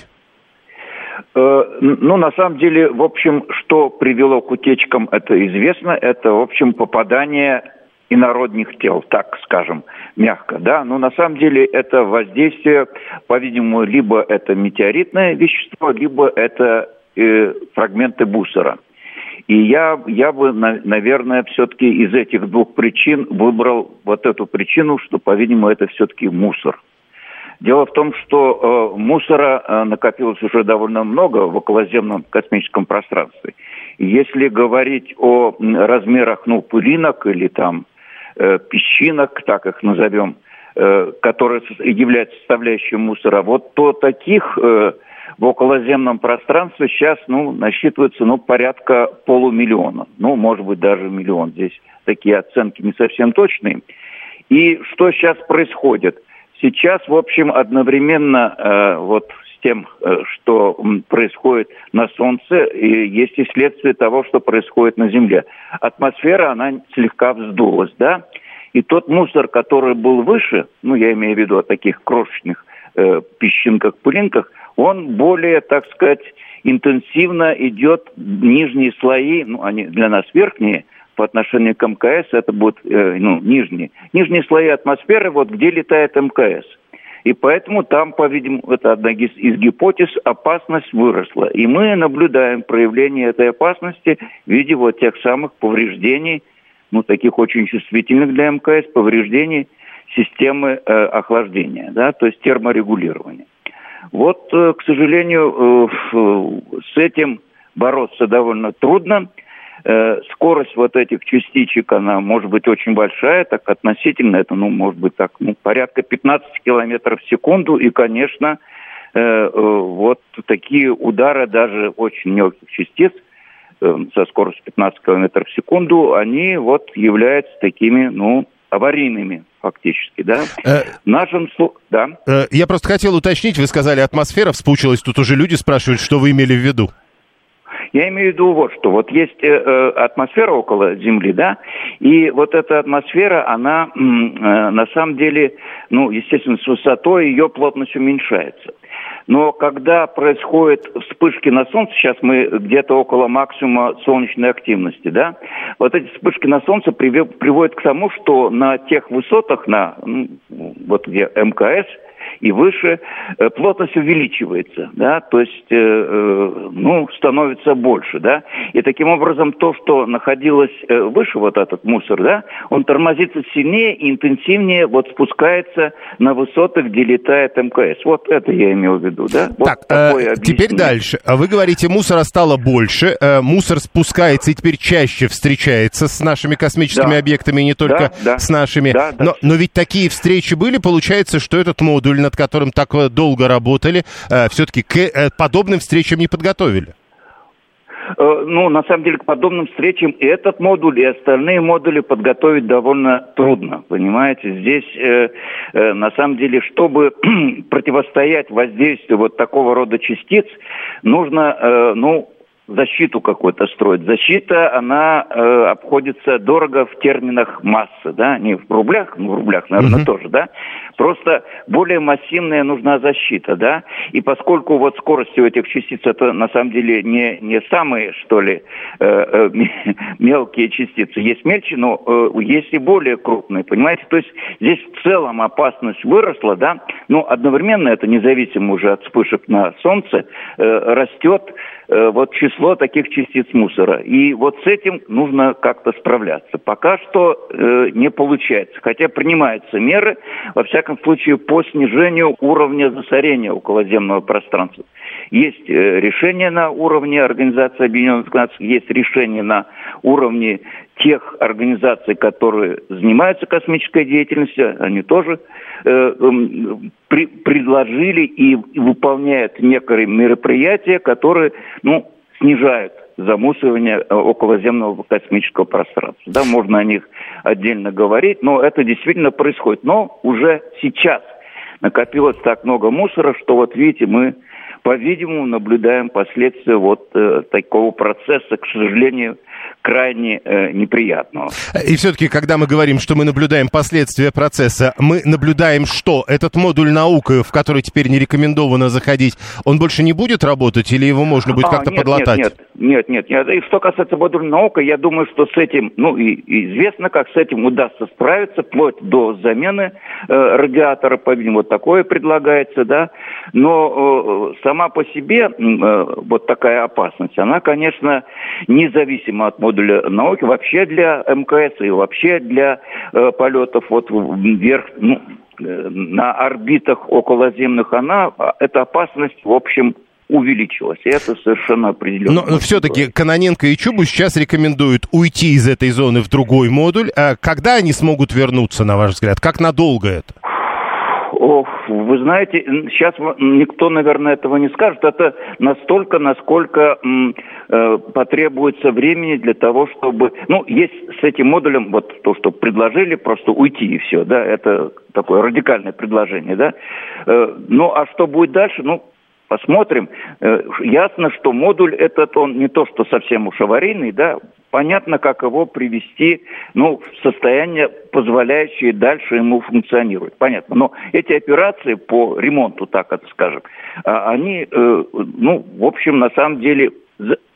Э, ну, на самом деле, в общем, что привело к утечкам, это известно. Это, в общем, попадание инородних тел, так скажем, мягко, да, но на самом деле это воздействие, по-видимому, либо это метеоритное вещество, либо это э, фрагменты мусора. И я, я бы, на, наверное, все-таки из этих двух причин выбрал вот эту причину, что, по-видимому, это все-таки мусор. Дело в том, что э, мусора э, накопилось уже довольно много в околоземном космическом пространстве. И если говорить о размерах, ну, пылинок или там песчинок, так их назовем, которые являются составляющей мусора, вот то таких в околоземном пространстве сейчас, ну, насчитывается, ну, порядка полумиллиона, ну, может быть, даже миллион. Здесь такие оценки не совсем точные. И что сейчас происходит? Сейчас, в общем, одновременно вот с тем, что происходит на Солнце, и есть и следствие того, что происходит на Земле. Атмосфера, она слегка вздулась, да? И тот мусор, который был выше, ну, я имею в виду о таких крошечных э, песчинках, пылинках, он более, так сказать, интенсивно идет в нижние слои, ну, они для нас верхние, по отношению к МКС, это будут э, ну, нижние. Нижние слои атмосферы, вот где летает МКС. И поэтому там, по-видимому, это одна из, из гипотез, опасность выросла. И мы наблюдаем проявление этой опасности в виде вот тех самых повреждений, ну, таких очень чувствительных для МКС, повреждений системы э, охлаждения, да, то есть терморегулирования. Вот, э, к сожалению, э, с этим бороться довольно трудно. Э, скорость вот этих частичек, она может быть очень большая, так относительно, это, ну, может быть так, ну, порядка пятнадцать километров в секунду, и, конечно, э, э, вот такие удары даже очень мелких частиц э, со скоростью пятнадцать километров в секунду, они вот являются такими, ну, аварийными фактически, да. Э, в нашем случае, да. Э, я просто хотел уточнить, вы сказали, атмосфера вспучилась, тут уже люди спрашивают, что вы имели в виду. Я имею в виду вот что. Вот есть э, атмосфера около Земли, да, и вот эта атмосфера, она э, на самом деле, ну, естественно, с высотой ее плотность уменьшается. Но когда происходят вспышки на Солнце, сейчас мы где-то около максимума солнечной активности, да, вот эти вспышки на Солнце приводят к тому, что на тех высотах, на, ну, вот где МКС, и выше, э, плотность увеличивается, да, то есть, э, э, ну, становится больше, да, и таким образом то, что находилось э, выше, вот этот мусор, да, он тормозится сильнее и интенсивнее, вот спускается на высоты, где летает МКС. Вот это я имел в виду, да. Вот так, э, теперь дальше. Вы говорите, мусора стало больше, э, мусор спускается и теперь чаще встречается с нашими космическими да. объектами, не только да, да. с нашими. Да, да. Но, но ведь такие встречи были, получается, что этот модуль, над которым так долго работали, э, все-таки к э, подобным встречам не подготовили? Э, ну, на самом деле, к подобным встречам и этот модуль, и остальные модули подготовить довольно трудно, понимаете? Здесь, э, э, на самом деле, чтобы противостоять воздействию вот такого рода частиц, нужно, э, ну, защиту какую-то строить. Защита, она э, обходится дорого в терминах массы, да, не в рублях, ну, в рублях, наверное, uh-huh. тоже, да. Просто более массивная нужна защита, да. И поскольку вот скорость у этих частиц, это на самом деле не, не самые, что ли, э, э, мелкие частицы. Есть мельче, но э, есть и более крупные, понимаете. То есть здесь в целом опасность выросла, да, но одновременно, это независимо уже от вспышек на Солнце, э, растет э, вот число таких частиц мусора. И вот с этим нужно как-то справляться. Пока что э, не получается. Хотя принимаются меры, во всяком случае, по снижению уровня засорения околоземного пространства. Есть э, решение на уровне Организации Объединенных Наций, есть решение на уровне тех организаций, которые занимаются космической деятельностью, они тоже э, э, при, предложили и выполняют некоторые мероприятия, которые, ну, снижают замусоривание околоземного космического пространства. Да, можно о них отдельно говорить, но это действительно происходит. Но уже сейчас накопилось так много мусора, что вот видите, мы, по-видимому, наблюдаем последствия вот э, такого процесса, к сожалению, крайне э, неприятного. И все-таки, когда мы говорим, что мы наблюдаем последствия процесса, мы наблюдаем что? Этот модуль наука, в который теперь не рекомендовано заходить, он больше не будет работать или его можно будет а, как-то нет, подлатать? Нет, нет, нет, нет. И что касается модуля наука, я думаю, что с этим, ну, и, и известно, как с этим удастся справиться, вплоть до замены э, радиатора, по-видимому, вот такое предлагается, да. Но э, сама по себе э, вот такая опасность, она, конечно, независима от модуля науки, вообще для МКС и вообще для э, полетов вот вверх, ну, э, на орбитах околоземных, она, эта опасность, в общем, увеличилась. И это совершенно определенно. Но, но все-таки Кононенко и Чубу сейчас рекомендуют уйти из этой зоны в другой модуль. А когда они смогут вернуться, на ваш взгляд? Как надолго это? Ох, вы знаете, сейчас никто, наверное, этого не скажет. Это настолько, насколько м, э, потребуется времени для того, чтобы... Ну, есть с этим модулем, вот то, что предложили, просто уйти и все, да, это такое радикальное предложение, да. Э, ну, а что будет дальше, ну, посмотрим. Э, ясно, что модуль этот, он не то, что совсем уж аварийный, да, понятно, как его привести, ну, в состояние, позволяющее дальше ему функционировать. Понятно. Но эти операции по ремонту, так это скажем, они, ну, в общем, на самом деле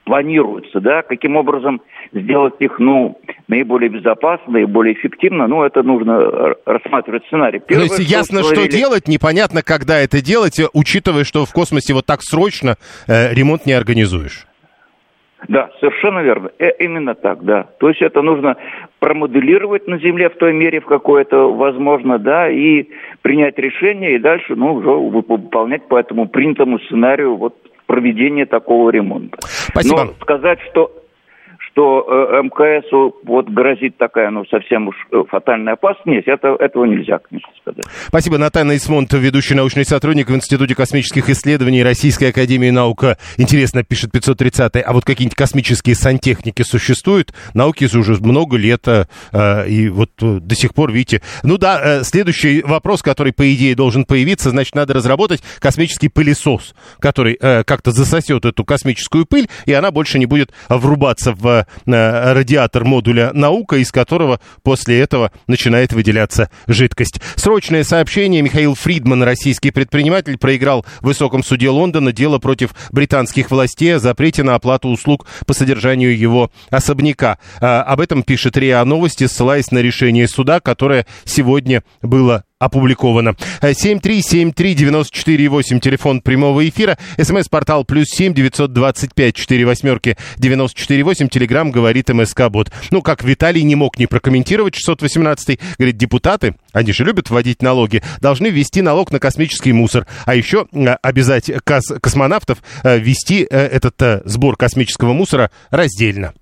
планируются, да, каким образом сделать их, ну, наиболее безопасно, наиболее эффективно, ну, это нужно рассматривать сценарий. Первое, То есть ясно, что, что делать, непонятно, когда это делать, учитывая, что в космосе вот так срочно э, ремонт не организуешь. Да, совершенно верно. Э, именно так, да. То есть это нужно промоделировать на Земле в той мере, в какой это возможно, да, и принять решение, и дальше, ну, уже выполнять по этому принятому сценарию вот проведение такого ремонта. Спасибо. Но сказать, что что э, МКСу вот грозит такая, ну, совсем уж фатальная опасность, нет, это, этого нельзя, конечно, сказать. Спасибо. Наталья Исмонт, ведущий научный сотрудник в Институте космических исследований Российской академии наук. Интересно, пишет пятьсот тридцатый, а вот какие-нибудь космические сантехники существуют? Науке уже много лет, э, и вот э, до сих пор, видите. Ну да, э, следующий вопрос, который, по идее, должен появиться, значит, надо разработать космический пылесос, который э, как-то засосет эту космическую пыль, и она больше не будет врубаться в радиатор модуля «Наука», из которого после этого начинает выделяться жидкость. Срочное сообщение. Михаил Фридман, российский предприниматель, проиграл в высоком суде Лондона дело против британских властей о запрете на оплату услуг по содержанию его особняка. Об этом пишет РИА Новости, ссылаясь на решение суда, которое сегодня было опубликовано. семь три семь три девять четыре восемь, телефон прямого эфира, смс-портал плюс семь девятьсот двадцать пять четыре восьмерки девяносто четыре восемь, телеграм говорит МСК-бот. Ну, как Виталий не мог не прокомментировать шестьсот восемнадцатый, говорит, депутаты, они же любят вводить налоги, должны ввести налог на космический мусор, а еще обязать кос- космонавтов ввести этот сбор космического мусора раздельно.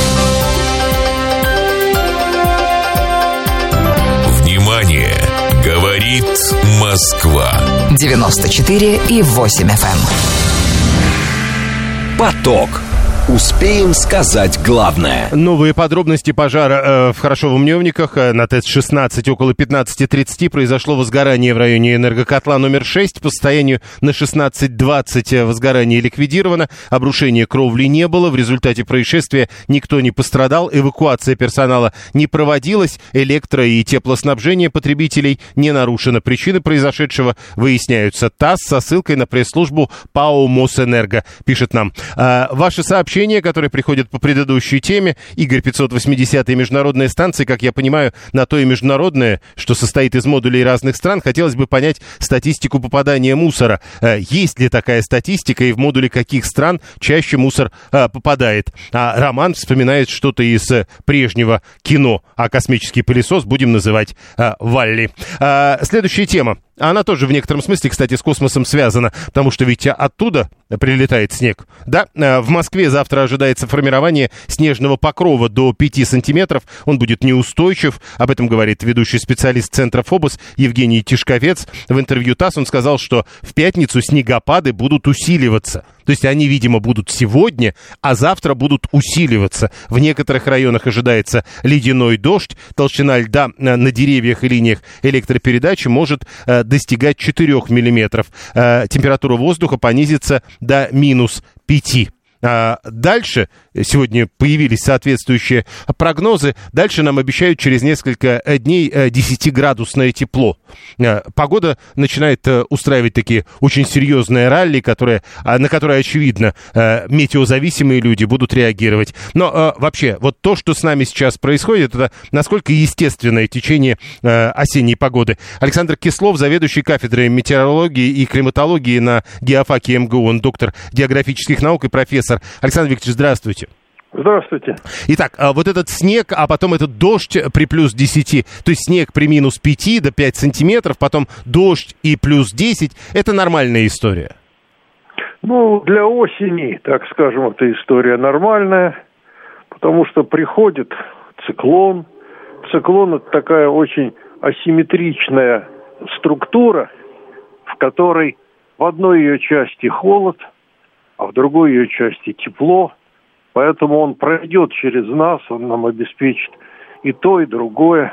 Внимание! Говорит Москва. девяносто четыре и восемь эф эм. Поток. Успеем сказать главное. Новые подробности пожара э, в Хорошово-Мневниках. На ТЭЦ шестнадцать около пятнадцать тридцать произошло возгорание в районе энергокотла номер шесть. По состоянию на шестнадцать двадцать возгорание ликвидировано. Обрушения кровли не было. В результате происшествия никто не пострадал. Эвакуация персонала не проводилась. Электро- и теплоснабжение потребителей не нарушено. Причины произошедшего выясняются. ТАСС со ссылкой на пресс-службу ПАО «Мосэнерго» пишет нам. Э, ваши сообщения, которые приходят по предыдущей теме. Игорь, пятьсот восьмидесятая международная станция, как я понимаю, на то и международная, что состоит из модулей разных стран. Хотелось бы понять статистику попадания мусора. Есть ли такая статистика и в модуле каких стран чаще мусор а, попадает? А Роман вспоминает что-то из прежнего кино, а космический пылесос будем называть а, Валли. А, следующая тема. Она тоже в некотором смысле, кстати, с космосом связана, потому что ведь оттуда прилетает снег. Да, в Москве завтра ожидается формирование снежного покрова до пяти сантиметров. Он будет неустойчив. Об этом говорит ведущий специалист Центра ФОБОС Евгений Тишковец. В интервью ТАСС он сказал, что в пятницу снегопады будут усиливаться. То есть они, видимо, будут сегодня, а завтра будут усиливаться. В некоторых районах ожидается ледяной дождь. Толщина льда на деревьях и линиях электропередачи может э, достигать четырёх миллиметров. Э, температура воздуха понизится до минус пяти. А дальше, сегодня появились соответствующие прогнозы, дальше нам обещают через несколько дней десятиградусное тепло. Погода начинает устраивать такие очень серьезные ралли, которые, на которые, очевидно, метеозависимые люди будут реагировать. Но вообще, вот то, что с нами сейчас происходит, это насколько естественное течение осенней погоды. Александр Кислов, заведующий кафедрой метеорологии и климатологии на геофаке эм гэ у, он доктор географических наук и профессор. Александр Викторович, здравствуйте. Здравствуйте. Итак, вот этот снег, а потом этот дождь при плюс десяти, то есть снег при минус пяти до пяти сантиметров, потом дождь и плюс десять, это нормальная история? Ну, для осени, так скажем, эта история нормальная, потому что приходит циклон. Циклон — это такая очень асимметричная структура, в которой в одной ее части холод, а в другой ее части тепло. Поэтому он пройдет через нас, он нам обеспечит и то, и другое.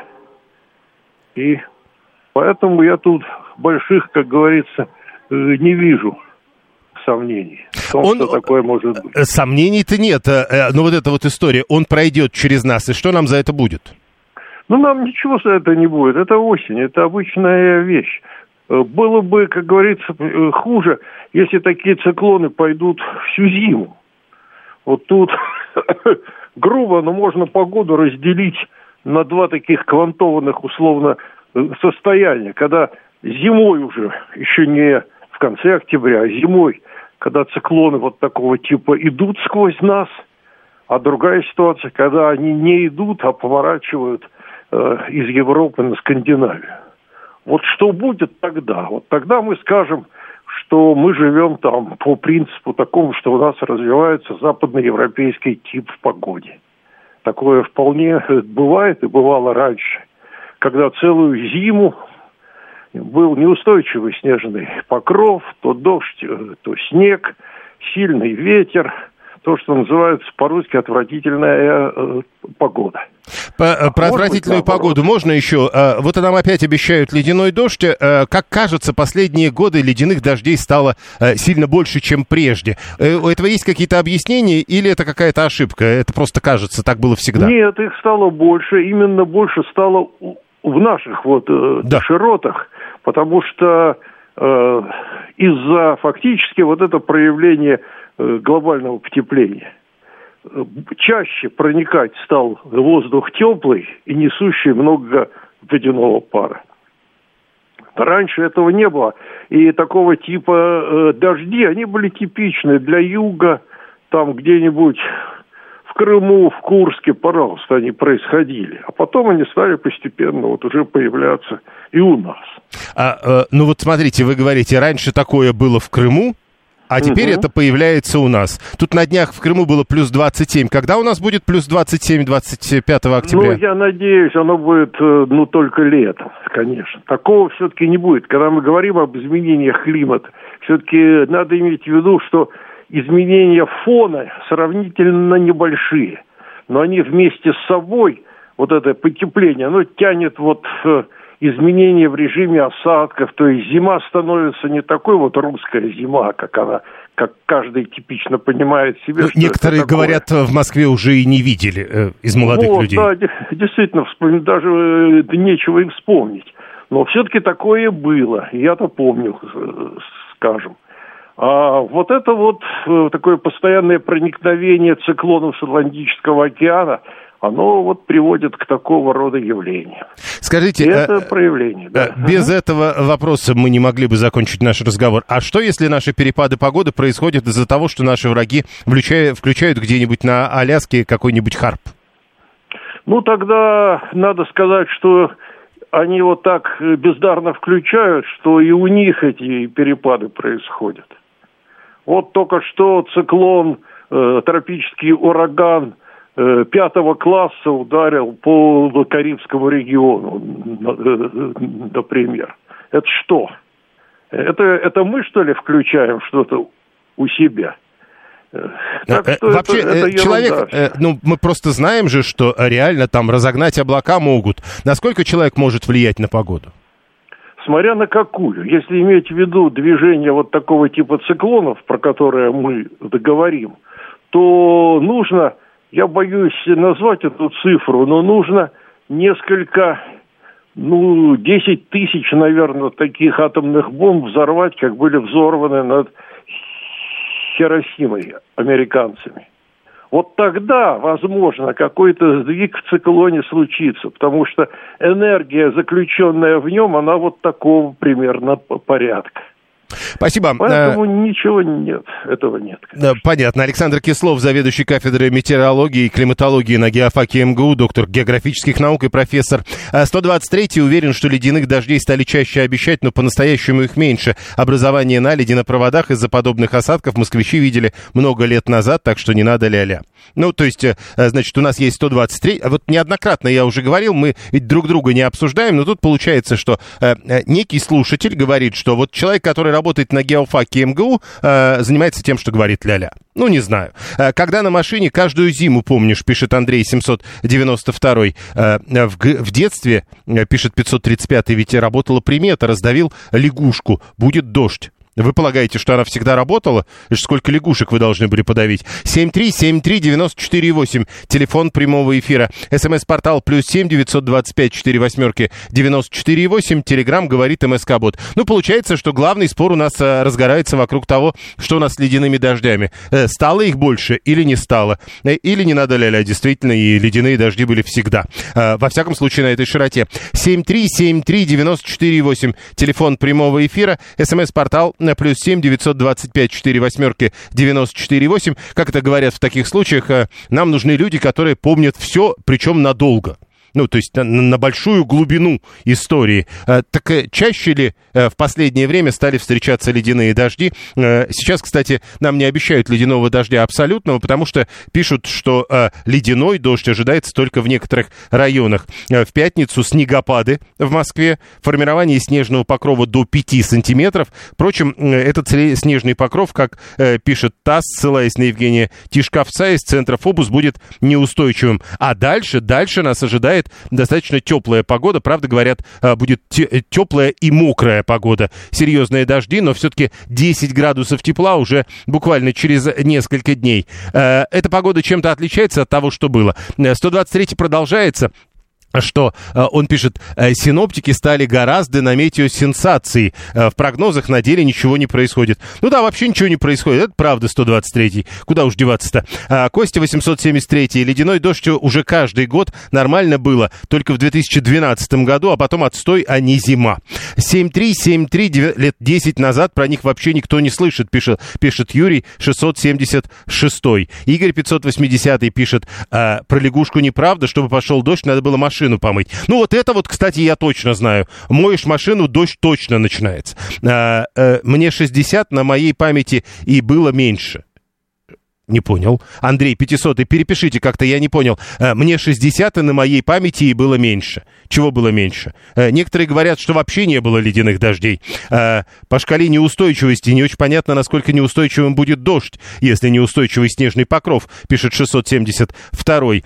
И поэтому я тут больших, как говорится, не вижу сомнений в том, он... что такое может быть. Сомнений-то нет. Но вот эта вот история, он пройдет через нас, и что нам за это будет? Ну, нам ничего за это не будет. Это осень, это обычная вещь. Было бы, как говорится, хуже, если такие циклоны пойдут всю зиму. Вот тут грубо, но можно погоду разделить на два таких квантованных условно состояния, когда зимой уже, еще не в конце октября, а зимой, когда циклоны вот такого типа идут сквозь нас, а другая ситуация, когда они не идут, а поворачивают э, из Европы на Скандинавию. Вот что будет тогда? Вот тогда мы скажем, что мы живем там по принципу такому, что у нас развивается западноевропейский тип в погоде. Такое вполне бывает и бывало раньше, когда целую зиму был неустойчивый снежный покров, то дождь, то снег, сильный ветер, то, что называется по-русски отвратительная э, погода. По, про отвратительную быть, погоду можно еще? А, вот нам опять обещают ледяной дождь. А, как кажется, последние годы ледяных дождей стало а, сильно больше, чем прежде. А, у этого есть какие-то объяснения или это какая-то ошибка? Это просто кажется, так было всегда? Нет, их стало больше. Именно больше стало в наших вот э, да. широтах, потому что э, из-за фактически вот это проявление э, глобального потепления чаще проникать стал воздух теплый и несущий много водяного пара. Раньше этого не было. И такого типа э, дожди, они были типичны для юга, там где-нибудь в Крыму, в Курске, пожалуйста, они происходили. А потом они стали постепенно вот уже появляться и у нас. А, э, ну вот смотрите, вы говорите, раньше такое было в Крыму, а теперь угу. это появляется у нас. Тут на днях в Крыму было плюс двадцать семь. Когда у нас будет плюс двадцать семь двадцать пятого октября? Ну, я надеюсь, оно будет, ну, только летом, конечно. Такого все-таки не будет. Когда мы говорим об изменениях климата, все-таки надо иметь в виду, что изменения фона сравнительно небольшие. Но они вместе с собой, вот это потепление, оно тянет вот изменения в режиме осадков, то есть зима становится не такой вот русская зима, как она, как каждый типично понимает себе. Ну, некоторые говорят, в Москве уже и не видели э, из молодых вот, людей. Да, действительно, вспом... даже э, нечего и вспомнить. Но все-таки такое было, я-то помню, скажем. А вот это вот э, такое постоянное проникновение циклонов с Атлантического океана, оно вот приводит к такого рода явлениям. Скажите, и это а, проявление, да. Без uh-huh. этого вопроса мы не могли бы закончить наш разговор. А что, если наши перепады погоды происходят из-за того, что наши враги включают, включают где-нибудь на Аляске какой-нибудь харп? Ну, тогда надо сказать, что они вот так бездарно включают, что и у них эти перепады происходят. Вот только что циклон, э, тропический ураган пятого класса ударил по Карибскому региону, например. Это что? Это, это мы, что ли, включаем что-то у себя? Так что Вообще, это, это человек, э, ну, мы просто знаем же, что реально там разогнать облака могут. Насколько человек может влиять на погоду? Смотря на какую. Если иметь в виду движение вот такого типа циклонов, про которые мы договорим, то нужно... Я боюсь назвать эту цифру, но нужно несколько, ну, десять тысяч, наверное, таких атомных бомб взорвать, как были взорваны над Хиросимой американцами. Вот тогда, возможно, какой-то сдвиг в циклоне случится, потому что энергия, заключенная в нем, она вот такого примерно порядка. Спасибо. Поэтому а... ничего нет, этого нет. Конечно. Понятно. Александр Кислов, заведующий кафедрой метеорологии и климатологии на геофаке МГУ, доктор географических наук и профессор. сто двадцать третий уверен, что ледяных дождей стали чаще обещать, но по-настоящему их меньше. Образование наледи на проводах из-за подобных осадков москвичи видели много лет назад, так что не надо ля-ля. Ну, то есть, значит, у нас есть сто двадцать три. А вот неоднократно я уже говорил, мы ведь друг друга не обсуждаем, но тут получается, что э, некий слушатель говорит, что вот человек, который работает на геофаке МГУ, э, занимается тем, что говорит ля-ля. Ну, не знаю. Э, когда на машине каждую зиму, помнишь, пишет Андрей семьсот девяносто второй, э, в, в детстве, э, пишет пятьсот тридцать пятый, ведь работала примета, раздавил лягушку, будет дождь. Вы полагаете, что она всегда работала? Сколько лягушек вы должны были подавить? семь три семь три девяносто четыре восемь. Телефон прямого эфира. СМС-портал плюс семь девятьсот двадцать пять четыре восьмерки девяносто четыре восемь. Телеграм говорит МСК-бот. Ну, получается, что главный спор у нас а, разгорается вокруг того, что у нас с ледяными дождями. Э, стало их больше или не стало? Э, или не надо ля-ля? Действительно, и ледяные дожди были всегда. Э, во всяком случае, на этой широте. семь три семь три девяносто четыре восемь. Телефон прямого эфира. СМС-портал на плюс семь девятьсот двадцать пять четыре восьмерки девяносто четыре восемь. Как это говорят в таких случаях, нам нужны люди, которые помнят все, причем надолго. Ну, то есть на, на большую глубину истории. А, так чаще ли а, в последнее время стали встречаться ледяные дожди? А, сейчас, кстати, нам не обещают ледяного дождя абсолютного, потому что пишут, что а, ледяной дождь ожидается только в некоторых районах. А, в пятницу снегопады в Москве, формирование снежного покрова до пяти сантиметров. Впрочем, этот снежный покров, как а, пишет ТАСС, ссылаясь на Евгения Тишковца из центра ФОБУС, будет неустойчивым. А дальше, дальше нас ожидает достаточно теплая погода. Правда, говорят, будет теплая и мокрая погода. Серьезные дожди, но все-таки десять градусов тепла уже буквально через несколько дней. Эта погода чем-то отличается от того, что было. сто двадцать третий продолжается. Что он пишет, синоптики стали гораздо на метеосенсации. В прогнозах на деле ничего не происходит. Ну да, вообще ничего не происходит. Это правда, сто двадцать третий. Куда уж деваться-то? Костя восемьсот семьдесят три. Ледяной дождь уже каждый год нормально было. Только в две тысячи двенадцатом году, а потом отстой, а не зима. семь три семь три. Лет десять назад про них вообще никто не слышит, пишет, пишет Юрий шестьсот семьдесят шесть. Игорь пятьсот восемьдесят пишет, а, про лягушку неправда, чтобы пошел дождь, надо было машину помыть. Ну, вот это вот, кстати, я точно знаю. Моешь машину, дождь точно начинается. А, а, мне шестьдесят, на моей памяти и было меньше. Не понял. Андрей, пятьсот, перепишите как-то, я не понял. Мне шестьдесят, и на моей памяти и было меньше. Чего было меньше? Некоторые говорят, что вообще не было ледяных дождей. По шкале неустойчивости не очень понятно, насколько неустойчивым будет дождь, если неустойчивый снежный покров, пишет шестьсот семьдесят два.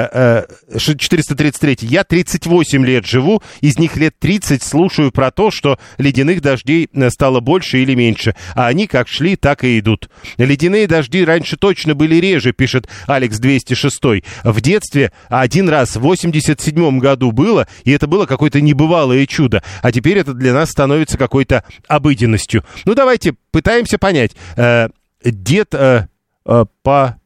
четыреста тридцать три. Я тридцать восемь лет живу, из них лет тридцать слушаю про то, что ледяных дождей стало больше или меньше. А они как шли, так и идут. Ледяные дожди раньше точно Точно были реже, пишет Алекс двести шесть. В детстве один раз в восемьдесят седьмом году было, и это было какое-то небывалое чудо. А теперь это для нас становится какой-то обыденностью. Ну, давайте пытаемся понять. Э, дед э, э, по...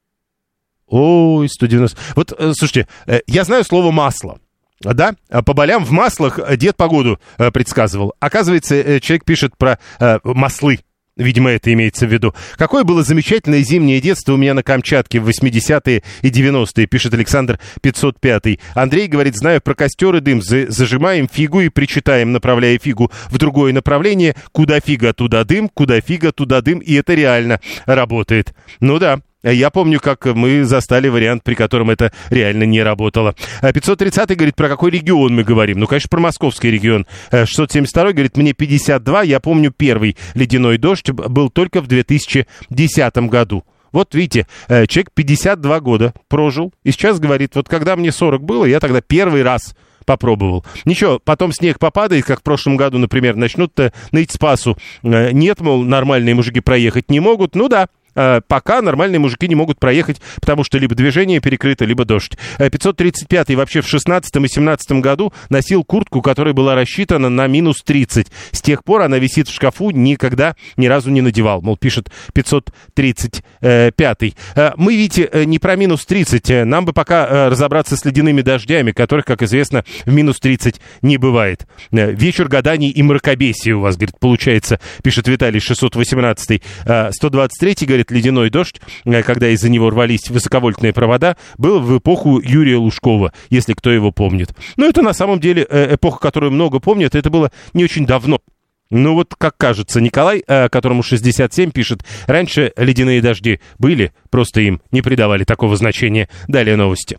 Ой, сто девяносто... Вот, э, слушайте, э, я знаю слово «масло». Да, по болям в маслах дед погоду э, предсказывал. Оказывается, э, человек пишет про э, маслы. Видимо, это имеется в виду. Какое было замечательное зимнее детство у меня на Камчатке в восьмидесятые и девяностые, пишет Александр пятьсот пять. Андрей говорит, знаю про костер и дым. Зажимаем фигу и причитаем, направляя фигу в другое направление. Куда фига, туда дым, куда фига, туда дым. И это реально работает. Ну да. Я помню, как мы застали вариант, при котором это реально не работало. пятьсот тридцатый говорит, про какой регион мы говорим. Ну, конечно, про московский регион. шестьсот семьдесят второй говорит, мне пятьдесят два, я помню, первый ледяной дождь был только в две тысячи десятом году. Вот видите, человек пятьдесят два года прожил, и сейчас говорит, вот когда мне сорок было, я тогда первый раз попробовал. Ничего, потом снег попадает, как в прошлом году, например, начнут ныть Спасу. Нет, мол, нормальные мужики проехать не могут. Ну да. Пока нормальные мужики не могут проехать, потому что либо движение перекрыто, либо дождь. пятьсот тридцать пятый вообще в шестнадцатом и семнадцатом году носил куртку, которая была рассчитана на минус тридцать. С тех пор она висит в шкафу, никогда ни разу не надевал. Мол, пишет пятьсот тридцать пятый. Мы, видите, не про минус тридцать. Нам бы пока разобраться с ледяными дождями, которых, как известно, в минус тридцать не бывает. Вечер гаданий и мракобесия у вас, говорит, получается, пишет Виталий шестьсот восемнадцатый. сто двадцать третий, говорит, ледяной дождь, когда из-за него рвались высоковольтные провода, был в эпоху Юрия Лужкова, если кто его помнит. Но это на самом деле эпоха, которую много помнят, это было не очень давно. Ну вот, как кажется, Николай, которому шестьдесят семь, пишет, раньше ледяные дожди были, просто им не придавали такого значения. Далее новости.